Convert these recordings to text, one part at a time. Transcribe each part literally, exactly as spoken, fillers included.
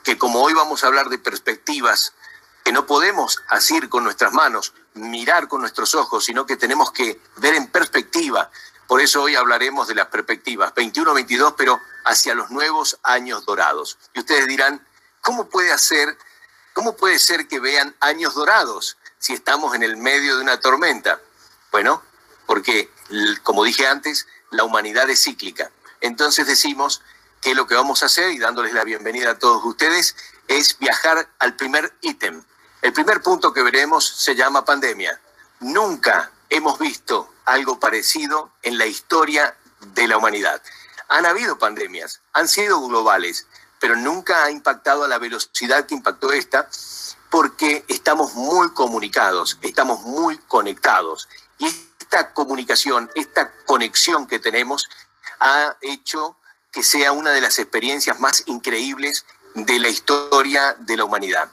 que como hoy vamos a hablar de perspectivas, que no podemos asir con nuestras manos, mirar con nuestros ojos, sino que tenemos que ver en perspectiva. Por eso hoy hablaremos de las perspectivas veintiuno veintidós, pero hacia los nuevos años dorados. Y ustedes dirán, ¿cómo puede hacer, cómo puede ser que vean años dorados si estamos en el medio de una tormenta? Bueno, porque, como dije antes, la humanidad es cíclica. Entonces decimos que lo que vamos a hacer, y dándoles la bienvenida a todos ustedes, es viajar al primer ítem. El primer punto que veremos se llama pandemia. Nunca hemos visto algo parecido en la historia de la humanidad. Han habido pandemias, han sido globales, pero nunca ha impactado a la velocidad que impactó esta, porque estamos muy comunicados, estamos muy conectados. Y esta comunicación, esta conexión que tenemos, ha hecho que sea una de las experiencias más increíbles de la historia de la humanidad.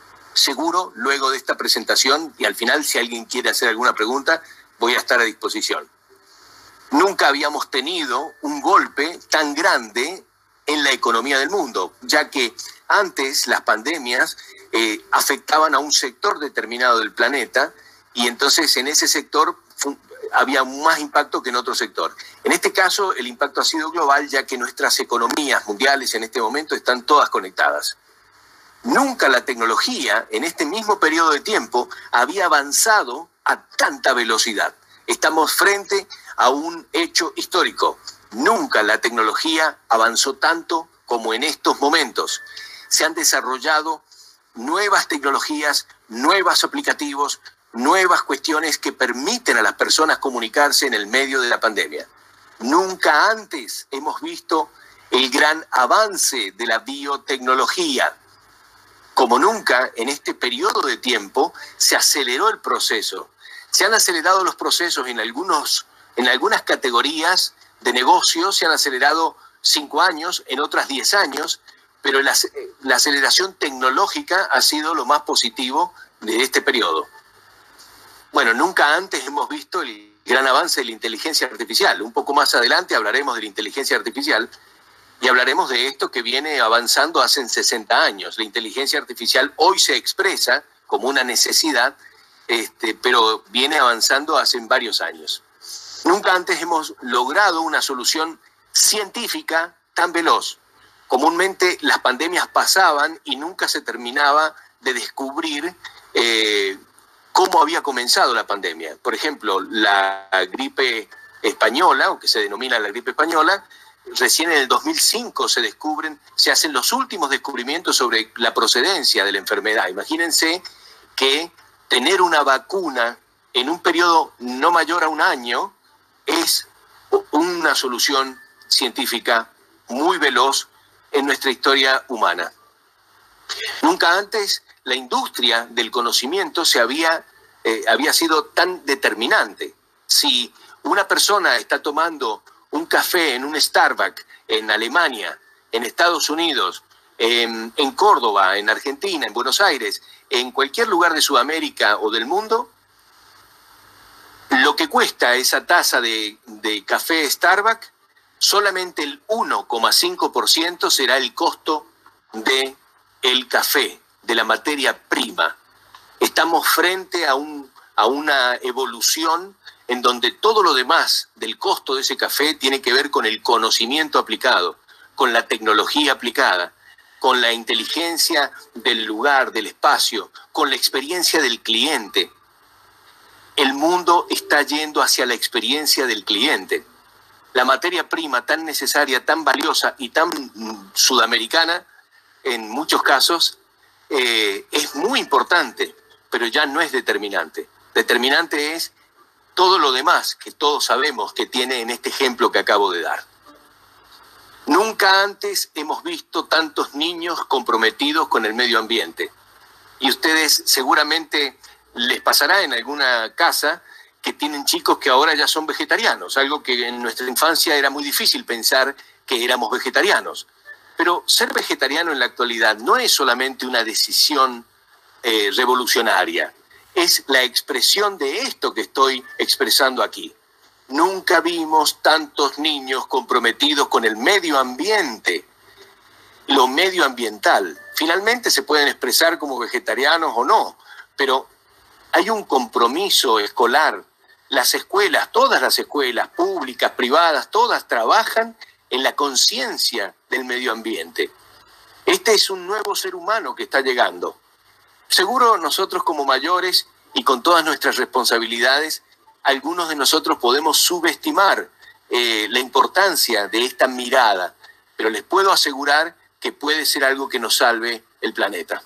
Seguro, luego de esta presentación, y al final, si alguien quiere hacer alguna pregunta, voy a estar a disposición. Nunca habíamos tenido un golpe tan grande en la economía del mundo, ya que antes las pandemias eh, afectaban a un sector determinado del planeta, y entonces en ese sector había más impacto que en otro sector. En este caso, el impacto ha sido global, ya que nuestras economías mundiales en este momento están todas conectadas. Nunca la tecnología, en este mismo periodo de tiempo, había avanzado a tanta velocidad. Estamos frente a un hecho histórico. Nunca la tecnología avanzó tanto como en estos momentos. Se han desarrollado nuevas tecnologías, nuevos aplicativos, nuevas cuestiones que permiten a las personas comunicarse en el medio de la pandemia. Nunca antes hemos visto el gran avance de la biotecnología. Como nunca, en este periodo de tiempo, se aceleró el proceso. Se han acelerado los procesos en, algunos, en algunas categorías de negocios, se han acelerado cinco años, en otras diez años, pero la, la aceleración tecnológica ha sido lo más positivo de este periodo. Bueno, nunca antes hemos visto el gran avance de la inteligencia artificial. Un poco más adelante hablaremos de la inteligencia artificial y hablaremos de esto que viene avanzando hace sesenta años. La inteligencia artificial hoy se expresa como una necesidad, este, pero viene avanzando hace varios años. Nunca antes hemos logrado una solución científica tan veloz. Comúnmente las pandemias pasaban y nunca se terminaba de descubrir eh, cómo había comenzado la pandemia. Por ejemplo, la gripe española, o que se denomina la gripe española, recién en el dos mil cinco se descubren, se hacen los últimos descubrimientos sobre la procedencia de la enfermedad. Imagínense que tener una vacuna en un periodo no mayor a un año es una solución científica muy veloz en nuestra historia humana. Nunca antes la industria del conocimiento se había, eh, había sido tan determinante. Si una persona está tomando un café en un Starbucks en Alemania, en Estados Unidos, en, en Córdoba, en Argentina, en Buenos Aires, en cualquier lugar de Sudamérica o del mundo, lo que cuesta esa taza de, de café Starbucks, solamente el uno coma cinco por ciento será el costo del café, de la materia prima. Estamos frente a, un, a una evolución en donde todo lo demás del costo de ese café tiene que ver con el conocimiento aplicado, con la tecnología aplicada, con la inteligencia del lugar, del espacio, con la experiencia del cliente. El mundo está yendo hacia la experiencia del cliente. La materia prima tan necesaria, tan valiosa y tan sudamericana, en muchos casos, eh, es muy importante, pero ya no es determinante. Determinante es todo lo demás que todos sabemos que tiene en este ejemplo que acabo de dar. Nunca antes hemos visto tantos niños comprometidos con el medio ambiente. Y ustedes seguramente les pasará en alguna casa que tienen chicos que ahora ya son vegetarianos, algo que en nuestra infancia era muy difícil pensar que éramos vegetarianos. Pero ser vegetariano en la actualidad no es solamente una decisión eh, revolucionaria, es la expresión de esto que estoy expresando aquí. Nunca vimos tantos niños comprometidos con el medio ambiente, lo medioambiental. Finalmente se pueden expresar como vegetarianos o no, pero hay un compromiso escolar. Las escuelas, todas las escuelas, públicas, privadas, todas trabajan en la conciencia del medio ambiente. Este es un nuevo ser humano que está llegando. Seguro nosotros como mayores y con todas nuestras responsabilidades, algunos de nosotros podemos subestimar eh, la importancia de esta mirada, pero les puedo asegurar que puede ser algo que nos salve el planeta.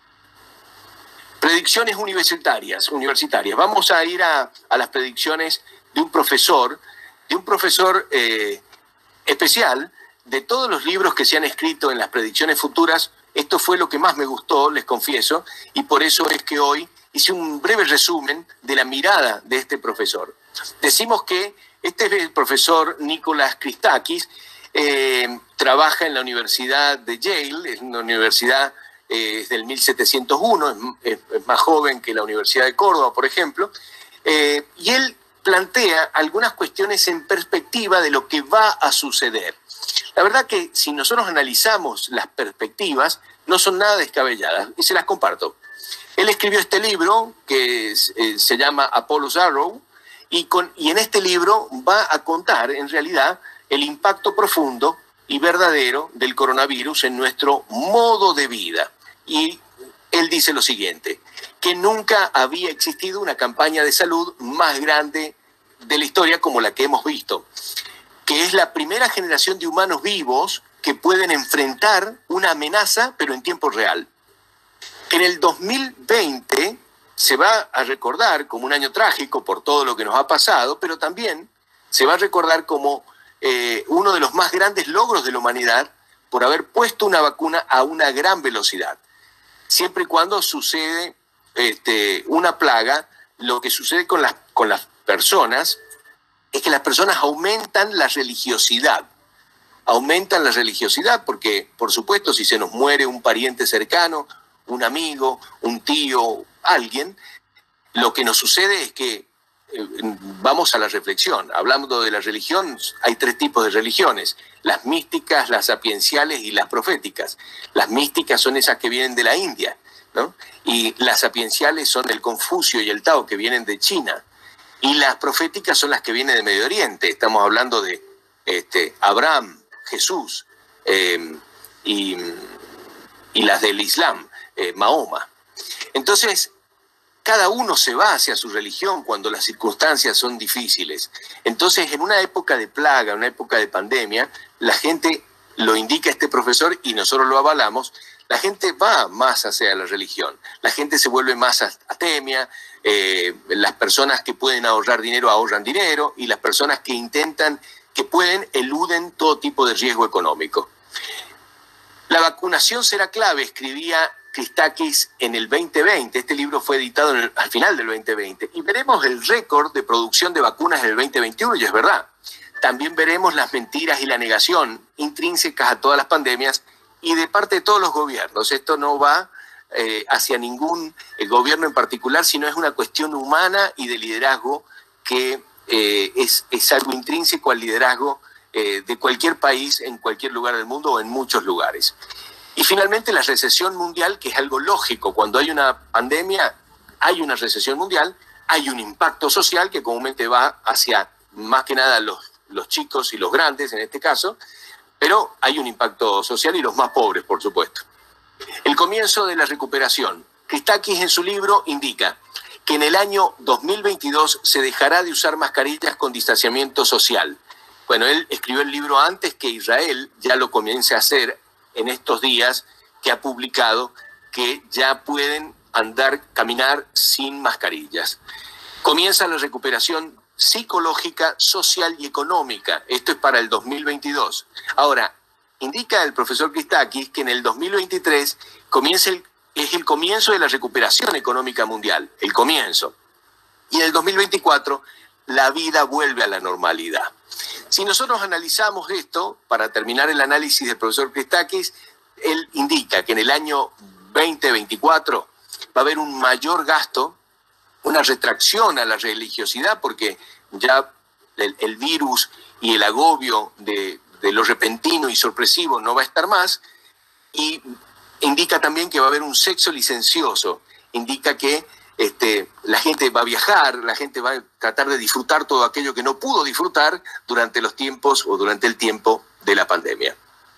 Predicciones universitarias, universitarias. Vamos a ir a, a las predicciones de un profesor, de un profesor eh, especial. De todos los libros que se han escrito en las predicciones futuras, esto fue lo que más me gustó, les confieso, y por eso es que hoy hice un breve resumen de la mirada de este profesor. Decimos que este es el profesor Nicholas Christakis, eh, trabaja en la Universidad de Yale, es una universidad eh, es del mil setecientos uno, es, es más joven que la Universidad de Córdoba, por ejemplo, eh, y él plantea algunas cuestiones en perspectiva de lo que va a suceder. La verdad que si nosotros analizamos las perspectivas, no son nada descabelladas, y se las comparto. Él escribió este libro que es, eh, se llama Apollo's Arrow, y, con, y en este libro va a contar, en realidad, el impacto profundo y verdadero del coronavirus en nuestro modo de vida. Y él dice lo siguiente, que nunca había existido una campaña de salud más grande de la historia como la que hemos visto, que es la primera generación de humanos vivos que pueden enfrentar una amenaza, pero en tiempo real. En el dos mil veinte se va a recordar como un año trágico por todo lo que nos ha pasado, pero también se va a recordar como eh, uno de los más grandes logros de la humanidad por haber puesto una vacuna a una gran velocidad. Siempre y cuando sucede este, una plaga, lo que sucede con las, con las personas es que las personas aumentan la religiosidad. Aumentan la religiosidad porque, por supuesto, si se nos muere un pariente cercano, un amigo, un tío, alguien, lo que nos sucede es que eh, vamos a la reflexión. Hablando de la religión, hay tres tipos de religiones: las místicas, las sapienciales y las proféticas. Las místicas son esas que vienen de la India, ¿no? Y las sapienciales son el Confucio y el Tao, que vienen de China. Y las proféticas son las que vienen de Medio Oriente. Estamos hablando de este, Abraham, Jesús, eh, y, y las del Islam, eh, Mahoma. Entonces, cada uno se va hacia su religión cuando las circunstancias son difíciles. Entonces, en una época de plaga, una época de pandemia, la gente, lo indica este profesor y nosotros lo avalamos, la gente va más hacia la religión. La gente se vuelve más atemia, eh, las personas que pueden ahorrar dinero ahorran dinero y las personas que intentan, que pueden, eluden todo tipo de riesgo económico. La vacunación será clave, escribía Christakis en el veinte veinte. Este libro fue editado en el, al final del veinte veinte. Y veremos el récord de producción de vacunas en el veinte veintiuno, y es verdad. También veremos las mentiras y la negación intrínsecas a todas las pandemias y de parte de todos los gobiernos. Esto no va eh, hacia ningún eh, gobierno en particular, sino es una cuestión humana y de liderazgo que eh, es, es algo intrínseco al liderazgo eh, de cualquier país, en cualquier lugar del mundo o en muchos lugares. Y finalmente la recesión mundial, que es algo lógico. Cuando hay una pandemia, hay una recesión mundial, hay un impacto social que comúnmente va hacia más que nada los, los chicos y los grandes en este caso, pero hay un impacto social y los más pobres, por supuesto. El comienzo de la recuperación. Christakis en su libro indica que en el año dos mil veintidós se dejará de usar mascarillas con distanciamiento social. Bueno, él escribió el libro antes que Israel ya lo comience a hacer en estos días, que ha publicado que ya pueden andar, caminar sin mascarillas. Comienza la recuperación psicológica, social y económica. Esto es para el dos mil veintidós. Ahora, indica el profesor Christakis que en el dos mil veintitrés comienza el, es el comienzo de la recuperación económica mundial, el comienzo. Y en el dos mil veinticuatro la vida vuelve a la normalidad. Si nosotros analizamos esto, para terminar el análisis del profesor Christakis, él indica que en el año veinte veinticuatro va a haber un mayor gasto, una retracción a la religiosidad, porque ya el, el virus y el agobio de, de lo repentino y sorpresivo no va a estar más, y indica indica también que va a haber un sexo licencioso, indica que este, la gente va a viajar, la gente va a tratar de disfrutar todo aquello que no pudo disfrutar durante los tiempos o durante el tiempo de la pandemia.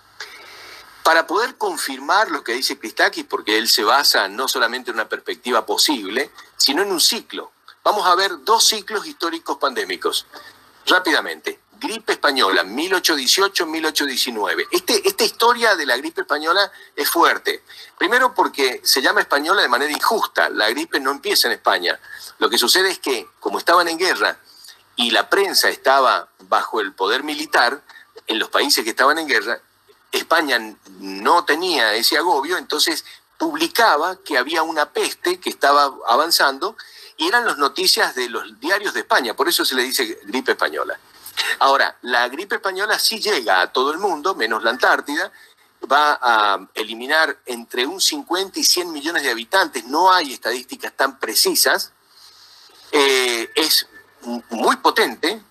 Para poder confirmar lo que dice Christakis, porque él se basa no solamente en una perspectiva posible, sino en un ciclo. Vamos a ver dos ciclos históricos pandémicos. Rápidamente, gripe española, mil ochocientos dieciocho a mil ochocientos diecinueve. Este, esta historia de la gripe española es fuerte. Primero porque se llama española de manera injusta. La gripe no empieza en España. Lo que sucede es que, como estaban en guerra y la prensa estaba bajo el poder militar, en los países que estaban en guerra, España no tenía ese agobio, entonces publicaba que había una peste que estaba avanzando y eran las noticias de los diarios de España, por eso se le dice gripe española. Ahora, la gripe española sí llega a todo el mundo, menos la Antártida, va a eliminar entre un cincuenta y cien millones de habitantes, no hay estadísticas tan precisas, eh, es muy potente,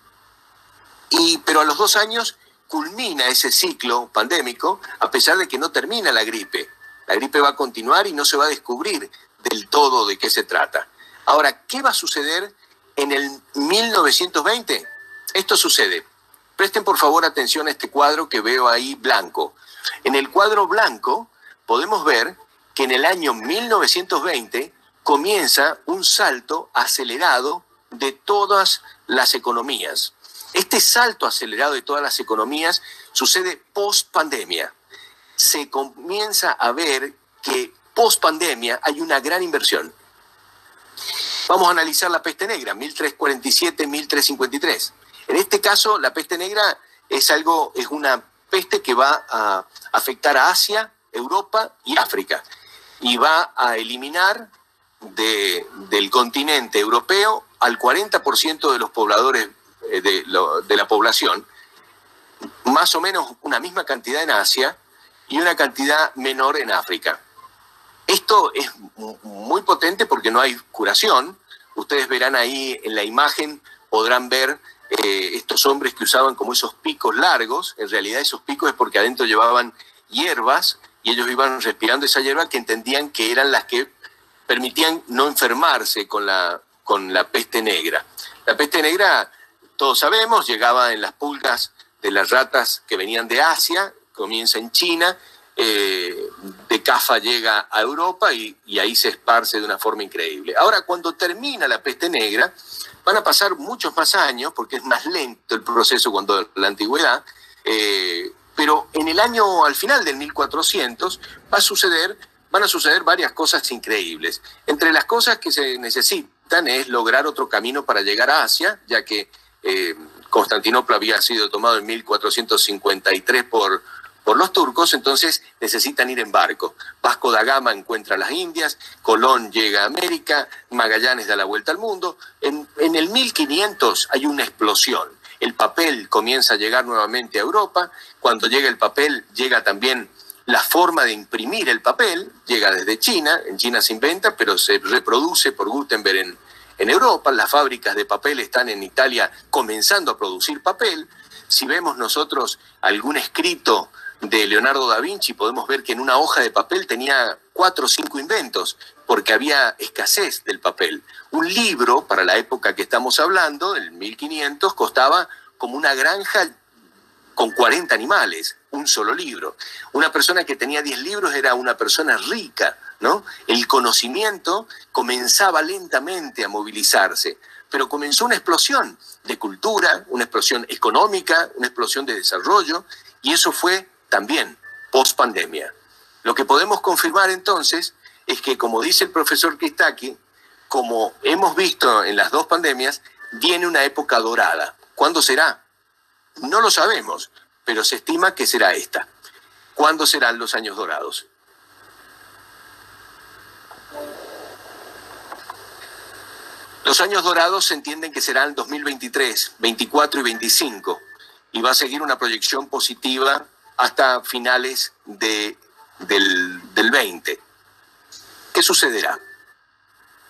y, pero a los dos años culmina ese ciclo pandémico, a pesar de que no termina la gripe. La gripe va a continuar y no se va a descubrir del todo de qué se trata. Ahora, ¿qué va a suceder en el mil novecientos veinte? Esto sucede. Presten por favor atención a este cuadro que veo ahí blanco. En el cuadro blanco podemos ver que en el año mil novecientos veinte comienza un salto acelerado de todas las economías. Este salto acelerado de todas las economías sucede post-pandemia. Se comienza a ver que post-pandemia hay una gran inversión. Vamos a analizar la peste negra, mil trescientos cuarenta y siete a mil trescientos cincuenta y tres. En este caso, la peste negra es algo, es una peste que va a afectar a Asia, Europa y África. Y va a eliminar de, del continente europeo al cuarenta por ciento de los pobladores de, lo, de la población, más o menos una misma cantidad en Asia y una cantidad menor en África. Esto es muy potente porque no hay curación. Ustedes verán ahí en la imagen, podrán ver eh, estos hombres que usaban como esos picos largos. En realidad esos picos es porque adentro llevaban hierbas y ellos iban respirando esa hierba que entendían que eran las que permitían no enfermarse con la, con la peste negra. La peste negra, todos sabemos, llegaba en las pulgas de las ratas que venían de Asia, comienza en China, eh, de Cafa llega a Europa y, y ahí se esparce de una forma increíble. Ahora, cuando termina la peste negra, van a pasar muchos más años, porque es más lento el proceso cuando la antigüedad, eh, pero en el año, al final del mil cuatrocientos, va a suceder, van a suceder varias cosas increíbles. Entre las cosas que se necesitan es lograr otro camino para llegar a Asia, ya que eh, Constantinopla había sido tomado en mil cuatrocientos cincuenta y tres por, por los turcos, entonces necesitan ir en barco. Vasco da Gama encuentra las Indias, Colón llega a América, Magallanes da la vuelta al mundo. En, en el mil quinientos hay una explosión. El papel comienza a llegar nuevamente a Europa. Cuando llega el papel, llega también la forma de imprimir el papel. Llega desde China. En China se inventa, pero se reproduce por Gutenberg en, en Europa. Las fábricas de papel están en Italia comenzando a producir papel. Si vemos nosotros algún escrito de Leonardo da Vinci, podemos ver que en una hoja de papel tenía cuatro o cinco inventos, porque había escasez del papel. Un libro, para la época que estamos hablando, el mil quinientos, costaba como una granja con cuarenta animales, un solo libro. Una persona que tenía diez libros era una persona rica, ¿no? El conocimiento comenzaba lentamente a movilizarse, pero comenzó una explosión de cultura, una explosión económica, una explosión de desarrollo, y eso fue también post-pandemia. Lo que podemos confirmar entonces es que, como dice el profesor Christakis, como hemos visto en las dos pandemias, viene una época dorada. ¿Cuándo será? No lo sabemos, pero se estima que será esta. ¿Cuándo serán los años dorados? Los años dorados se entienden que serán dos mil veintitrés, veinticuatro y veinticinco, y va a seguir una proyección positiva hasta finales de, del, del veinte. ¿Qué sucederá?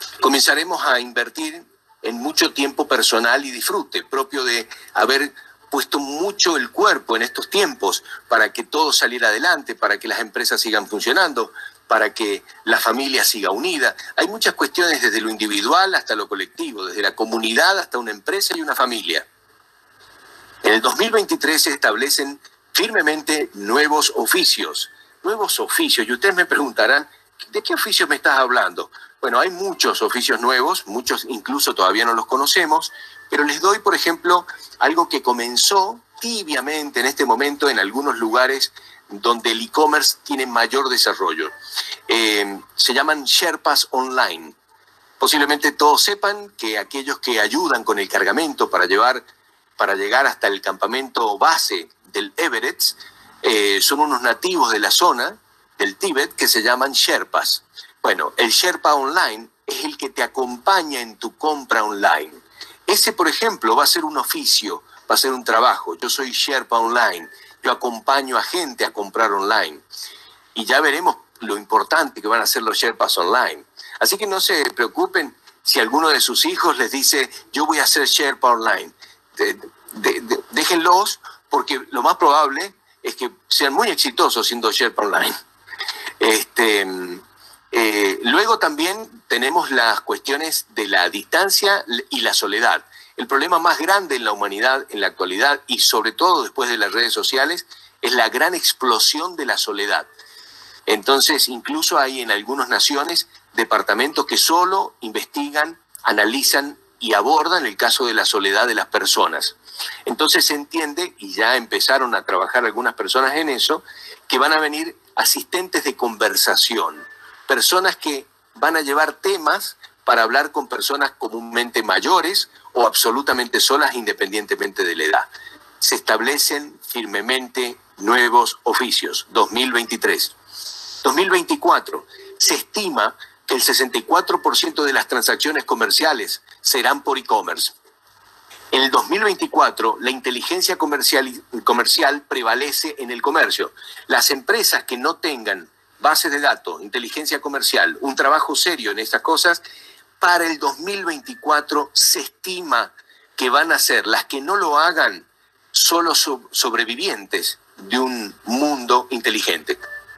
Comenzaremos a invertir en mucho tiempo personal y disfrute, propio de haber puesto mucho el cuerpo en estos tiempos para que todo saliera adelante, para que las empresas sigan funcionando, para que la familia siga unida. Hay muchas cuestiones desde lo individual hasta lo colectivo, desde la comunidad hasta una empresa y una familia. En el dos mil veintitrés se establecen firmemente nuevos oficios, nuevos oficios. Y ustedes me preguntarán, ¿de qué oficios me estás hablando? Bueno, hay muchos oficios nuevos, muchos incluso todavía no los conocemos, pero les doy, por ejemplo, algo que comenzó tibiamente en este momento en algunos lugares donde el e-commerce tiene mayor desarrollo. Eh, se llaman Sherpas Online. Posiblemente todos sepan que aquellos que ayudan con el cargamento para, llevar, para llegar hasta el campamento base del Everest eh, son unos nativos de la zona del Tíbet que se llaman Sherpas. Bueno, el Sherpa Online es el que te acompaña en tu compra online. Ese, por ejemplo, va a ser un oficio, va a ser un trabajo. Yo soy Sherpa Online. Yo acompaño a gente a comprar online. Y ya veremos lo importante que van a ser los Sherpas online. Así que no se preocupen si alguno de sus hijos les dice, yo voy a ser Sherpa online. De, de, de, déjenlos, porque lo más probable es que sean muy exitosos siendo Sherpa online. Este, eh, luego también tenemos las cuestiones de la distancia y la soledad. El problema más grande en la humanidad en la actualidad y sobre todo después de las redes sociales es la gran explosión de la soledad. Entonces, incluso hay en algunas naciones departamentos que solo investigan, analizan y abordan el caso de la soledad de las personas. Entonces se entiende, y ya empezaron a trabajar algunas personas en eso, que van a venir asistentes de conversación, personas que van a llevar temas para hablar con personas comúnmente mayores o absolutamente solas independientemente de la edad. Se establecen firmemente nuevos oficios. dos mil veintitrés. dos mil veinticuatro. Se estima que el sesenta y cuatro por ciento de las transacciones comerciales serán por e-commerce. En el dos mil veinticuatro, la inteligencia comercial, comercial prevalece en el comercio. Las empresas que no tengan bases de datos, inteligencia comercial, un trabajo serio en estas cosas, para el dos mil veinticuatro se estima que van a ser las que no lo hagan solo so- sobrevivientes de un mundo inteligente.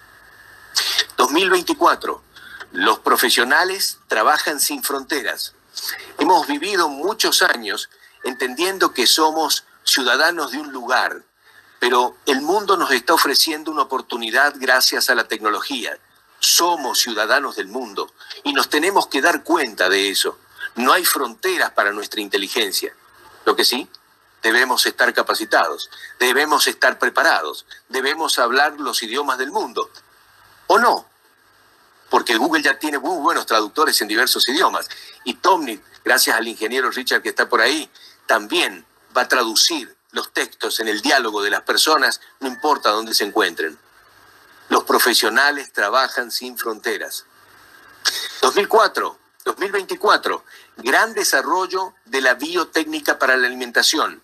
dos mil veinticuatro. Los profesionales trabajan sin fronteras. Hemos vivido muchos años entendiendo que somos ciudadanos de un lugar, pero el mundo nos está ofreciendo una oportunidad gracias a la tecnología. Somos ciudadanos del mundo y nos tenemos que dar cuenta de eso. No hay fronteras para nuestra inteligencia. Lo que sí, debemos estar capacitados, debemos estar preparados, debemos hablar los idiomas del mundo. ¿O no? Porque Google ya tiene muy buenos traductores en diversos idiomas. Y Tomnit, gracias al ingeniero Richard que está por ahí, también va a traducir los textos en el diálogo de las personas, no importa dónde se encuentren. Los profesionales trabajan sin fronteras. dos mil cuatro, dos mil veinticuatro, gran desarrollo de la biotécnica para la alimentación.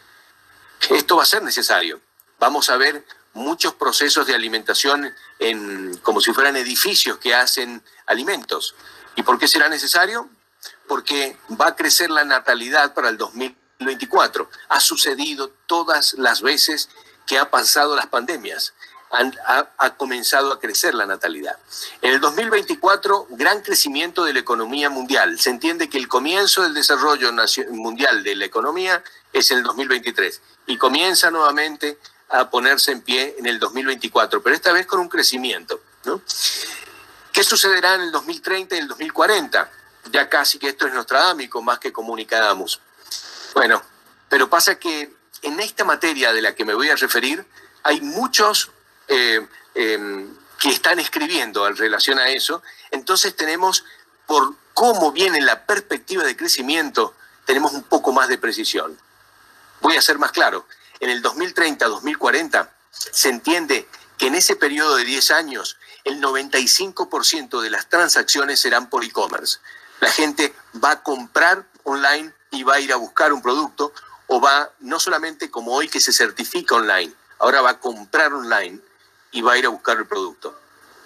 Esto va a ser necesario. Vamos a ver muchos procesos de alimentación en, como si fueran edificios que hacen alimentos. ¿Y por qué será necesario? Porque va a crecer la natalidad para el dos mil veinticuatro. Ha sucedido todas las veces que ha pasado las pandemias. Han, ha, ha comenzado a crecer la natalidad. En el dos mil veinticuatro, gran crecimiento de la economía mundial. Se entiende que el comienzo del desarrollo mundial de la economía es en el dos mil veintitrés y comienza nuevamente a ponerse en pie en el dos mil veinticuatro, pero esta vez con un crecimiento, ¿no? ¿Qué sucederá en el dos mil treinta y el dos mil cuarenta? Ya casi que esto es Nostradamus más que Comunicamus. Bueno, pero pasa que en esta materia de la que me voy a referir hay muchos eh, eh, que están escribiendo en relación a eso. Entonces tenemos, por cómo viene la perspectiva de crecimiento, tenemos un poco más de precisión. Voy a ser más claro. En el dos mil treinta a dos mil cuarenta se entiende que en ese periodo de diez años el noventa y cinco por ciento de las transacciones serán por e-commerce. La gente va a comprar online y va a ir a buscar un producto, o va, no solamente como hoy que se certifica online, ahora va a comprar online y va a ir a buscar el producto.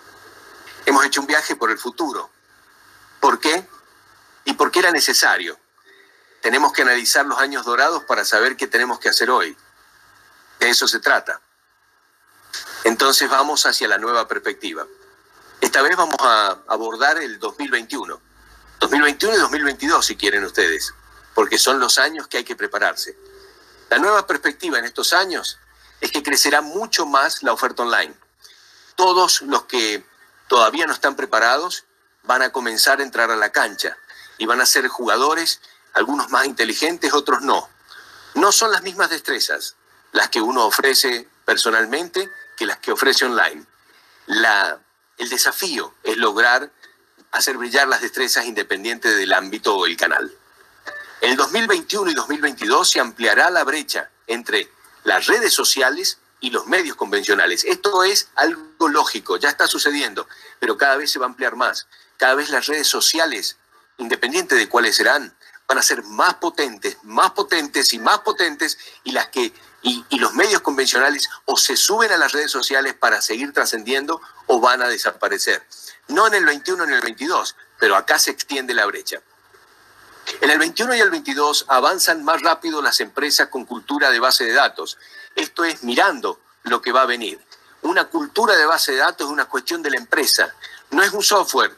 Hemos hecho un viaje por el futuro. ¿Por qué? ¿Y por qué era necesario? Tenemos que analizar los años dorados para saber qué tenemos que hacer hoy. De eso se trata. Entonces vamos hacia la nueva perspectiva. Esta vez vamos a abordar el dos mil veintiuno. dos mil veintiuno y dos mil veintidós, si quieren ustedes, porque son los años que hay que prepararse. La nueva perspectiva en estos años es que crecerá mucho más la oferta online. Todos los que todavía no están preparados van a comenzar a entrar a la cancha y van a ser jugadores, algunos más inteligentes, otros no. No son las mismas destrezas las que uno ofrece personalmente que las que ofrece online. La, el desafío es lograr hacer brillar las destrezas independientes del ámbito o el canal. En el dos mil veintiuno y dos mil veintidós se ampliará la brecha entre las redes sociales y los medios convencionales. Esto es algo lógico, ya está sucediendo, pero cada vez se va a ampliar más. Cada vez las redes sociales, independiente de cuáles serán, van a ser más potentes, más potentes y más potentes, y las que y, y los medios convencionales o se suben a las redes sociales para seguir trascendiendo o van a desaparecer. No en el veintiuno ni en el veintidós, pero acá se extiende la brecha. En el veintiuno y el veintidós avanzan más rápido las empresas con cultura de base de datos. Esto es mirando lo que va a venir. Una cultura de base de datos es una cuestión de la empresa, no es un software.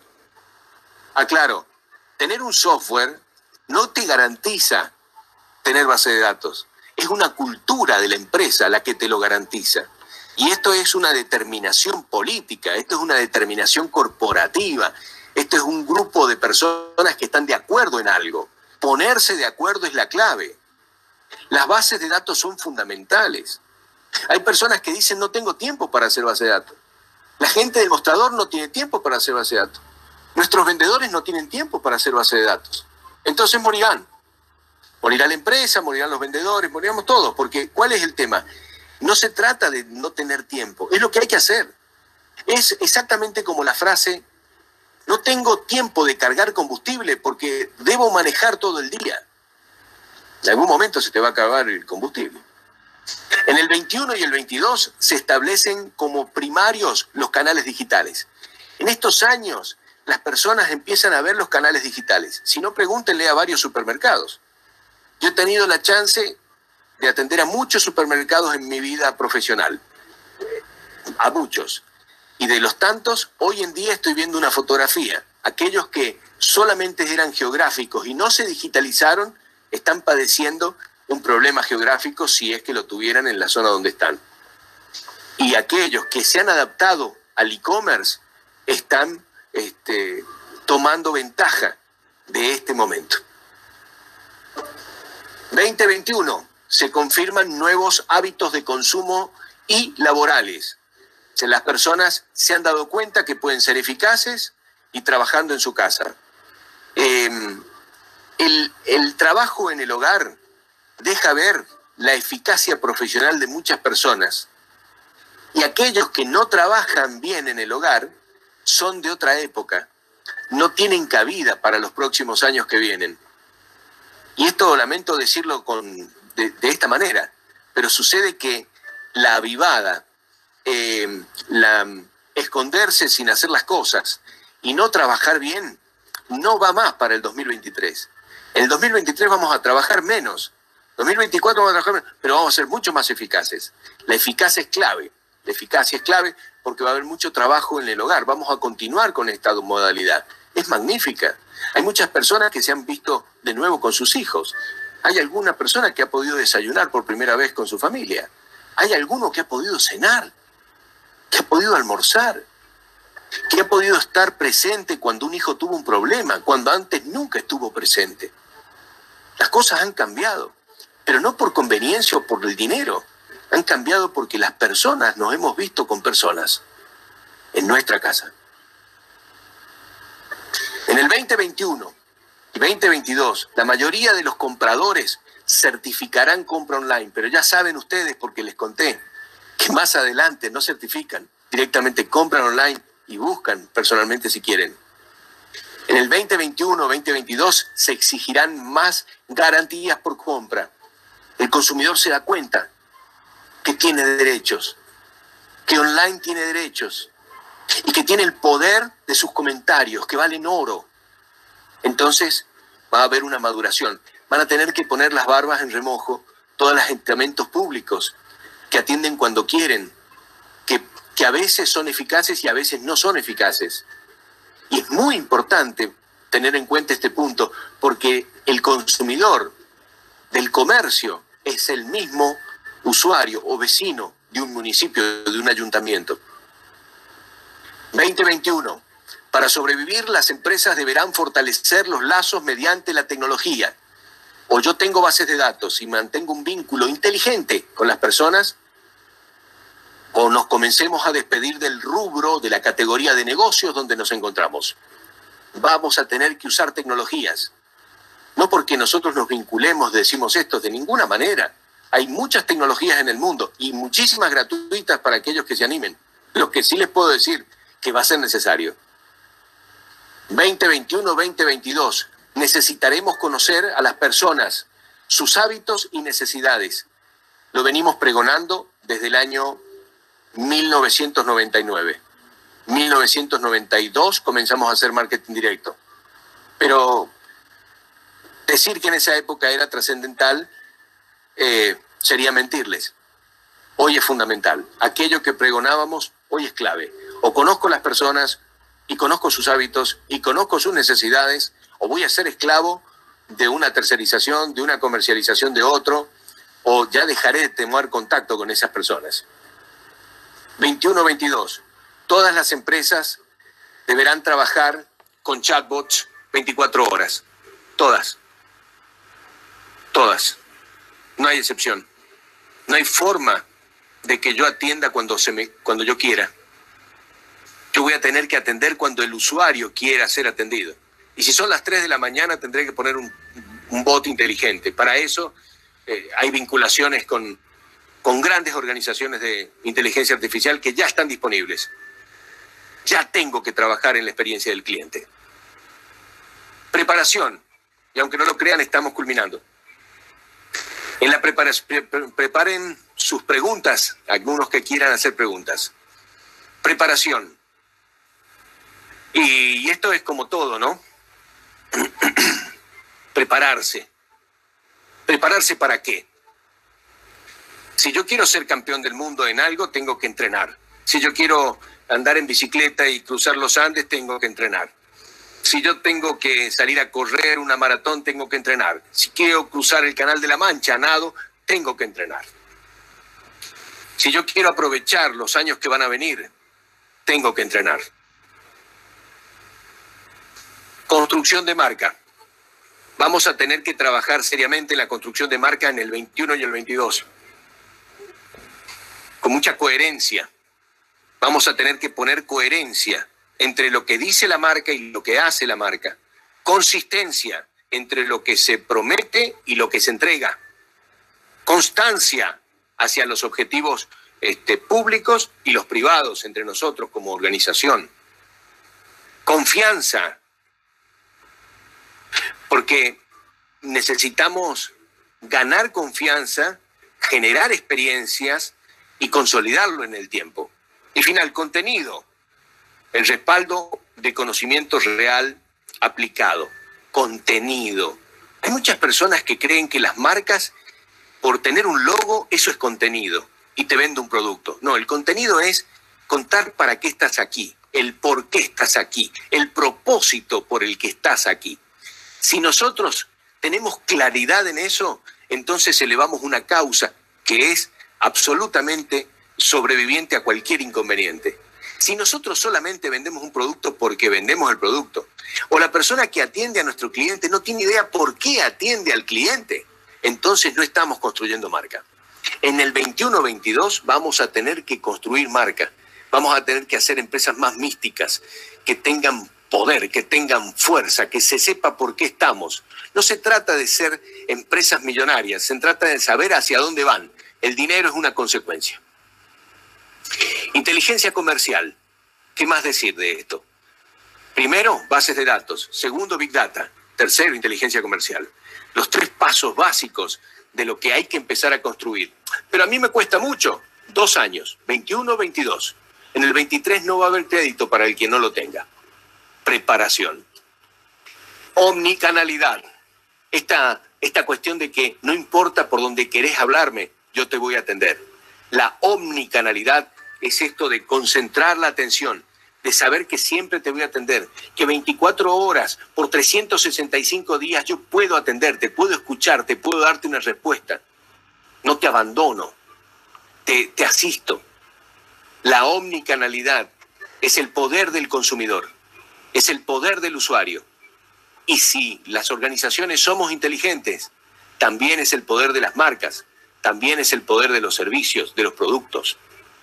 Aclaro, tener un software no te garantiza tener base de datos. Es una cultura de la empresa la que te lo garantiza. Y esto es una determinación política, esto es una determinación corporativa, esto es un grupo de personas que están de acuerdo en algo. Ponerse de acuerdo es la clave. Las bases de datos son fundamentales. Hay personas que dicen no tengo tiempo para hacer base de datos. La gente del mostrador no tiene tiempo para hacer base de datos. Nuestros vendedores no tienen tiempo para hacer base de datos. Entonces morirán. Morirá la empresa, morirán los vendedores, moriremos todos. Porque ¿cuál es el tema? No se trata de no tener tiempo, es lo que hay que hacer. Es exactamente como la frase, no tengo tiempo de cargar combustible porque debo manejar todo el día. En algún momento se te va a acabar el combustible. En el veintiuno y el veintidós se establecen como primarios los canales digitales. En estos años las personas empiezan a ver los canales digitales. Si no, pregúntenle a varios supermercados. Yo he tenido la chance de atender a muchos supermercados en mi vida profesional. A muchos. Y de los tantos, hoy en día estoy viendo una fotografía. Aquellos que solamente eran geográficos y no se digitalizaron, están padeciendo un problema geográfico si es que lo tuvieran en la zona donde están. Y aquellos que se han adaptado al e-commerce están este, tomando ventaja de este momento. veinte veintiuno. Se confirman nuevos hábitos de consumo y laborales. Las personas se han dado cuenta que pueden ser eficaces y trabajando en su casa. Eh, el, el trabajo en el hogar deja ver la eficacia profesional de muchas personas. Y aquellos que no trabajan bien en el hogar son de otra época. No tienen cabida para los próximos años que vienen. Y esto lamento decirlo con... De, de esta manera, pero sucede que la avivada, eh, la esconderse sin hacer las cosas y no trabajar bien, no va más para el dos mil veintitrés. En el dos mil veintitrés vamos a trabajar menos, dos mil veinticuatro vamos a trabajar menos, pero vamos a ser mucho más eficaces. La eficacia es clave, la eficacia es clave porque va a haber mucho trabajo en el hogar, vamos a continuar con esta modalidad. Es magnífica. Hay muchas personas que se han visto de nuevo con sus hijos. Hay alguna persona que ha podido desayunar por primera vez con su familia. Hay alguno que ha podido cenar, que ha podido almorzar, que ha podido estar presente cuando un hijo tuvo un problema, cuando antes nunca estuvo presente. Las cosas han cambiado, pero no por conveniencia o por el dinero. Han cambiado porque las personas nos hemos visto con personas en nuestra casa. En el veinte veintiuno y veinte veintidós, la mayoría de los compradores certificarán compra online, pero ya saben ustedes, porque les conté, que más adelante no certifican, directamente compran online y buscan personalmente si quieren. En el veinte veintiuno, veinte veintidós se exigirán más garantías por compra. El consumidor se da cuenta que tiene derechos, que online tiene derechos y que tiene el poder de sus comentarios, que valen oro. Entonces va a haber una maduración. Van a tener que poner las barbas en remojo todos los estamentos públicos que atienden cuando quieren, que, que a veces son eficaces y a veces no son eficaces. Y es muy importante tener en cuenta este punto, porque el consumidor del comercio es el mismo usuario o vecino de un municipio, de un ayuntamiento. veinte veintiuno. Para sobrevivir, las empresas deberán fortalecer los lazos mediante la tecnología. O yo tengo bases de datos y mantengo un vínculo inteligente con las personas, o nos comencemos a despedir del rubro, de la categoría de negocios donde nos encontramos. Vamos a tener que usar tecnologías. No porque nosotros nos vinculemos, decimos esto, de ninguna manera. Hay muchas tecnologías en el mundo y muchísimas gratuitas para aquellos que se animen. Lo que sí les puedo decir que va a ser necesario. veinte veintiuno, veinte veintidós. Necesitaremos conocer a las personas, sus hábitos y necesidades. Lo venimos pregonando desde el año mil novecientos noventa y nueve. mil novecientos noventa y dos comenzamos a hacer marketing directo. Pero decir que en esa época era trascendental eh, sería mentirles. Hoy es fundamental. Aquello que pregonábamos hoy es clave. O conozco las personas y conozco sus hábitos y conozco sus necesidades, o voy a ser esclavo de una tercerización, de una comercialización de otro, o ya dejaré de tener contacto con esas personas. veintiuno veintidós. Todas las empresas deberán trabajar con chatbots veinticuatro horas. Todas. Todas. No hay excepción. No hay forma de que yo atienda cuando, se me, cuando yo quiera. Yo voy a tener que atender cuando el usuario quiera ser atendido. Y si son las tres de la mañana, tendré que poner un, un bot inteligente. Para eso eh, hay vinculaciones con, con grandes organizaciones de inteligencia artificial que ya están disponibles. Ya tengo que trabajar en la experiencia del cliente. Preparación. Y aunque no lo crean, estamos culminando. En la preparación, pre preparen sus preguntas, algunos que quieran hacer preguntas. Preparación. Y esto es como todo, ¿no? Prepararse. ¿Prepararse para qué? Si yo quiero ser campeón del mundo en algo, tengo que entrenar. Si yo quiero andar en bicicleta y cruzar los Andes, tengo que entrenar. Si yo tengo que salir a correr una maratón, tengo que entrenar. Si quiero cruzar el Canal de la Mancha, nado, tengo que entrenar. Si yo quiero aprovechar los años que van a venir, tengo que entrenar. Construcción de marca. Vamos a tener que trabajar seriamente en la construcción de marca en el veintiuno y el veintidós. Con mucha coherencia. Vamos a tener que poner coherencia entre lo que dice la marca y lo que hace la marca. Consistencia entre lo que se promete y lo que se entrega. Constancia hacia los objetivos este, públicos y los privados entre nosotros como organización. Confianza. Porque necesitamos ganar confianza, generar experiencias y consolidarlo en el tiempo. Y final, contenido. El respaldo de conocimiento real aplicado. Contenido. Hay muchas personas que creen que las marcas, por tener un logo, eso es contenido y te vende un producto. No, el contenido es contar para qué estás aquí, el por qué estás aquí, el propósito por el que estás aquí. Si nosotros tenemos claridad en eso, entonces elevamos una causa que es absolutamente sobreviviente a cualquier inconveniente. Si nosotros solamente vendemos un producto porque vendemos el producto, o la persona que atiende a nuestro cliente no tiene idea por qué atiende al cliente, entonces no estamos construyendo marca. En el veintiuno veintidós vamos a tener que construir marca. Vamos a tener que hacer empresas más místicas, que tengan poder, que tengan fuerza, que se sepa por qué estamos. No se trata de ser empresas millonarias, se trata de saber hacia dónde van. El dinero es una consecuencia. Inteligencia comercial. ¿Qué más decir de esto? Primero, bases de datos. Segundo, Big Data. Tercero, inteligencia comercial. Los tres pasos básicos de lo que hay que empezar a construir. Pero a mí me cuesta mucho. Dos años. veintiuno, veintidós. En el veintitrés no va a haber crédito para el que no lo tenga. Preparación. Omnicanalidad. Esta, esta cuestión de que no importa por dónde querés hablarme, yo te voy a atender. La omnicanalidad es esto de concentrar la atención, de saber que siempre te voy a atender, que veinticuatro horas por trescientos sesenta y cinco días yo puedo atenderte, puedo escucharte, puedo darte una respuesta. No te abandono, te, te asisto. La omnicanalidad es el poder del consumidor, es el poder del usuario. Y si las organizaciones somos inteligentes, también es el poder de las marcas, también es el poder de los servicios, de los productos.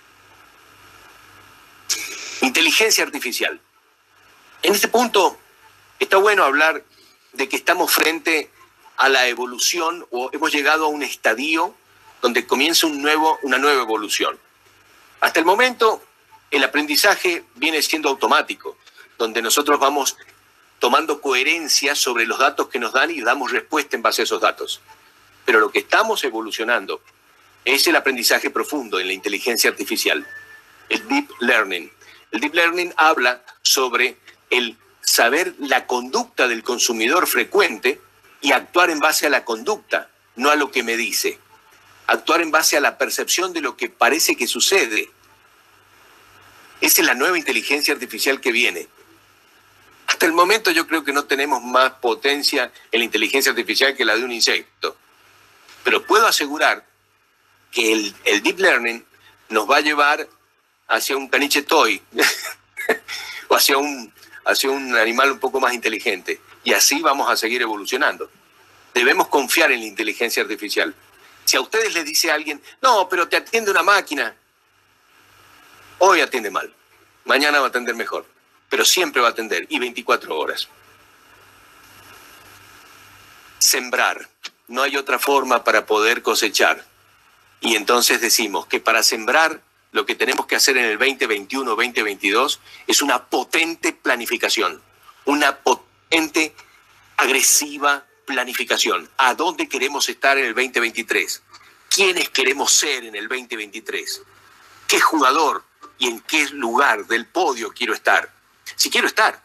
Inteligencia artificial. En este punto está bueno hablar de que estamos frente a la evolución o hemos llegado a un estadio donde comienza un nuevo, una nueva evolución. Hasta el momento el aprendizaje viene siendo automático, donde nosotros vamos tomando coherencia sobre los datos que nos dan y damos respuesta en base a esos datos. Pero lo que estamos evolucionando es el aprendizaje profundo en la inteligencia artificial, el deep learning. El deep learning habla sobre el saber la conducta del consumidor frecuente y actuar en base a la conducta, no a lo que me dice. Actuar en base a la percepción de lo que parece que sucede. Esa es la nueva inteligencia artificial que viene. Hasta el momento yo creo que no tenemos más potencia en la inteligencia artificial que la de un insecto. Pero puedo asegurar que el, el deep learning nos va a llevar hacia un caniche toy o hacia un, hacia un animal un poco más inteligente. Y así vamos a seguir evolucionando. Debemos confiar en la inteligencia artificial. Si a ustedes les dice alguien, no, pero te atiende una máquina, hoy atiende mal, mañana va a atender mejor, pero siempre va a atender, y veinticuatro horas. Sembrar. No hay otra forma para poder cosechar. Y entonces decimos que para sembrar lo que tenemos que hacer en el veinte veintiuno veinte veintidós es una potente planificación, una potente, agresiva planificación. ¿A dónde queremos estar en el veinte veintitrés? ¿Quiénes queremos ser en el veinte veintitrés? ¿Qué jugador y en qué lugar del podio quiero estar? Si quiero estar.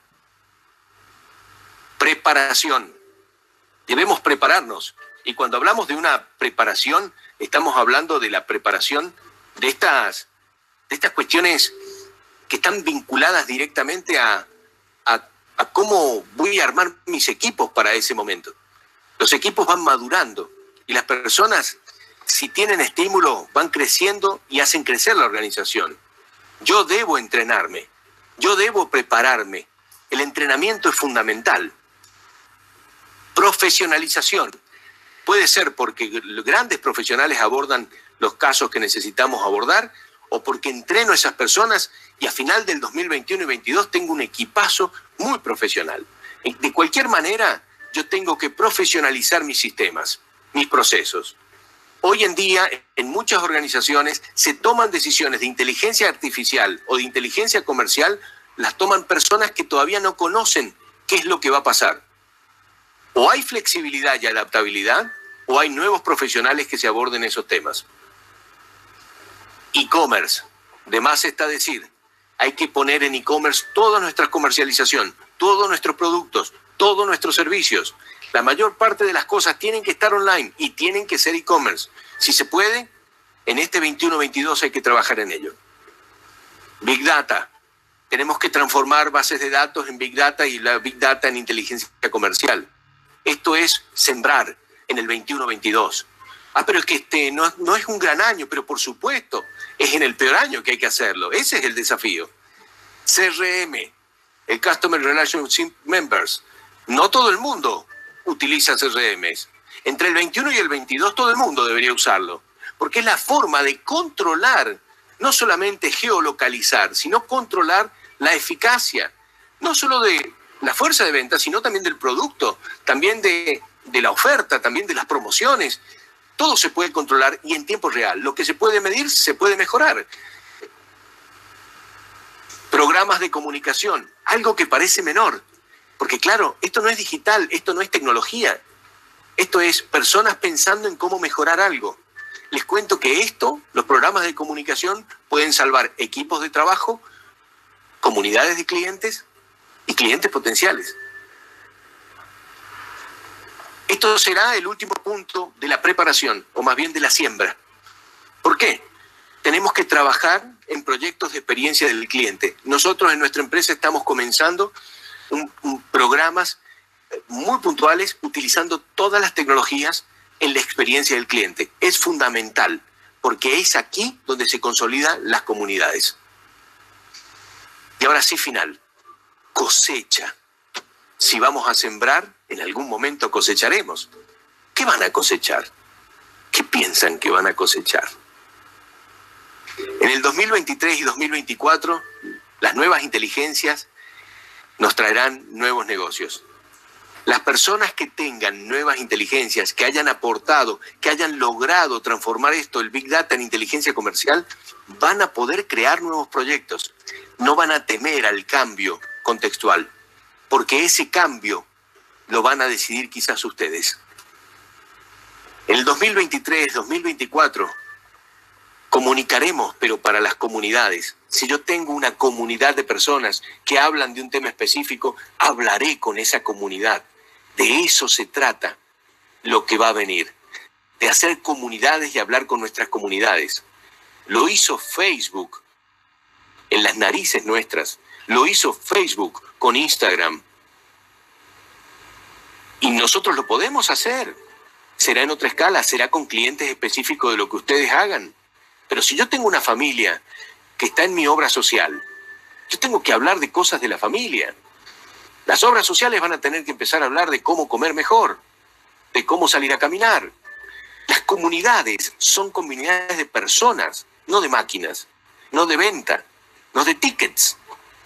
Preparación. Debemos prepararnos. Y cuando hablamos de una preparación, estamos hablando de la preparación de estas, de estas cuestiones que están vinculadas directamente a, a, a cómo voy a armar mis equipos para ese momento. Los equipos van madurando y las personas, si tienen estímulo, van creciendo y hacen crecer la organización. Yo debo entrenarme, yo debo prepararme. El entrenamiento es fundamental. Profesionalización. Puede ser porque grandes profesionales abordan los casos que necesitamos abordar o porque entreno a esas personas y a final del dos mil veintiuno y veintidós tengo un equipazo muy profesional. De cualquier manera, yo tengo que profesionalizar mis sistemas, mis procesos. Hoy en día, en muchas organizaciones, se toman decisiones de inteligencia artificial o de inteligencia comercial, las toman personas que todavía no conocen qué es lo que va a pasar. O hay flexibilidad y adaptabilidad, o hay nuevos profesionales que se aborden esos temas. E-commerce. De más está decir, hay que poner en e-commerce toda nuestra comercialización, todos nuestros productos, todos nuestros servicios. La mayor parte de las cosas tienen que estar online y tienen que ser e-commerce. Si se puede, en este veintiuno veintidós hay que trabajar en ello. Big Data. Tenemos que transformar bases de datos en Big Data y la Big Data en inteligencia comercial. Esto es sembrar en el veintiuno veintidós. Ah, pero es que este no, no es un gran año, pero por supuesto, es en el peor año que hay que hacerlo. Ese es el desafío. C R M, el Customer Relationship Members. No todo el mundo utiliza C R Ms. Entre el veintiuno y el veintidós todo el mundo debería usarlo, porque es la forma de controlar, no solamente geolocalizar, sino controlar la eficacia, no solo de la fuerza de venta, sino también del producto, también de, de la oferta, también de las promociones. Todo se puede controlar y en tiempo real. Lo que se puede medir, se puede mejorar. Programas de comunicación, algo que parece menor. Porque claro, esto no es digital, esto no es tecnología. Esto es personas pensando en cómo mejorar algo. Les cuento que esto, los programas de comunicación, pueden salvar equipos de trabajo, comunidades de clientes y clientes potenciales. Esto será el último punto de la preparación, o más bien de la siembra. ¿Por qué? tenemos que trabajar en proyectos de experiencia del cliente. Nosotros en nuestra empresa estamos comenzando un, un programas muy puntuales utilizando todas las tecnologías en la experiencia del cliente. Es fundamental, porque es aquí donde se consolidan las comunidades. Y ahora sí, final, cosecha. Si vamos a sembrar, en algún momento cosecharemos. ¿Qué van a cosechar? ¿Qué piensan que van a cosechar? En el dos mil veintitrés y dos mil veinticuatro, las nuevas inteligencias nos traerán nuevos negocios. Las personas que tengan nuevas inteligencias, que hayan aportado, que hayan logrado transformar esto, el Big Data, en inteligencia comercial, van a poder crear nuevos proyectos. No van a temer al cambio contextual, porque ese cambio lo van a decidir quizás ustedes. En el dos mil veintitrés, dos mil veinticuatro, comunicaremos, pero para las comunidades. Si yo tengo una comunidad de personas que hablan de un tema específico, hablaré con esa comunidad. De eso se trata lo que va a venir, de hacer comunidades y hablar con nuestras comunidades. Lo hizo Facebook en las narices nuestras, lo hizo Facebook con Instagram. Y nosotros lo podemos hacer. Será en otra escala, será con clientes específicos de lo que ustedes hagan. Pero si yo tengo una familia que está en mi obra social, yo tengo que hablar de cosas de la familia. Las obras sociales van a tener que empezar a hablar de cómo comer mejor, de cómo salir a caminar. Las comunidades son comunidades de personas, no de máquinas, no de venta, no de tickets.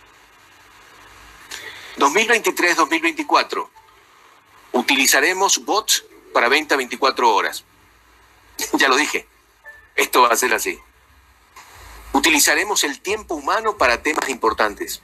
dos mil veintitrés, dos mil veinticuatro, utilizaremos bots para venta veinticuatro horas. Ya lo dije, esto va a ser así. Utilizaremos el tiempo humano para temas importantes.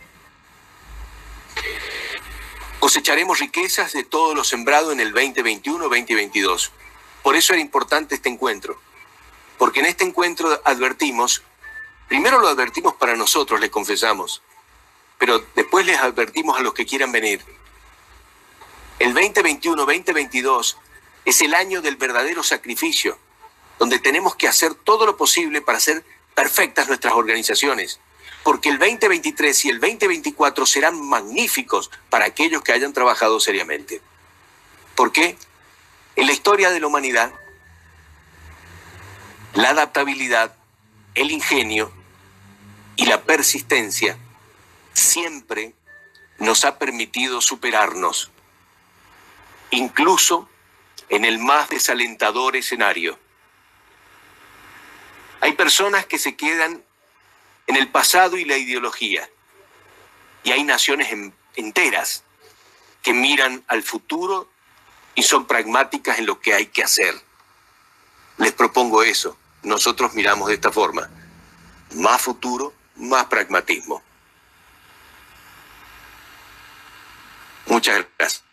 Cosecharemos riquezas de todo lo sembrado en el veinte veintiuno, veinte veintidós. Por eso era importante este encuentro. Porque en este encuentro advertimos, primero lo advertimos para nosotros, les confesamos, pero después les advertimos a los que quieran venir. El veinte veintiuno, veinte veintidós es el año del verdadero sacrificio, donde tenemos que hacer todo lo posible para hacer perfectas nuestras organizaciones. Porque el veinte veintitrés y el veinte veinticuatro serán magníficos para aquellos que hayan trabajado seriamente. ¿Por qué? En la historia de la humanidad, la adaptabilidad, el ingenio y la persistencia siempre nos ha permitido superarnos, incluso en el más desalentador escenario. Hay personas que se quedan en el pasado y la ideología, y hay naciones en, enteras que miran al futuro y son pragmáticas en lo que hay que hacer. Les propongo eso. Nosotros miramos de esta forma. Más futuro, más pragmatismo. Muchas gracias.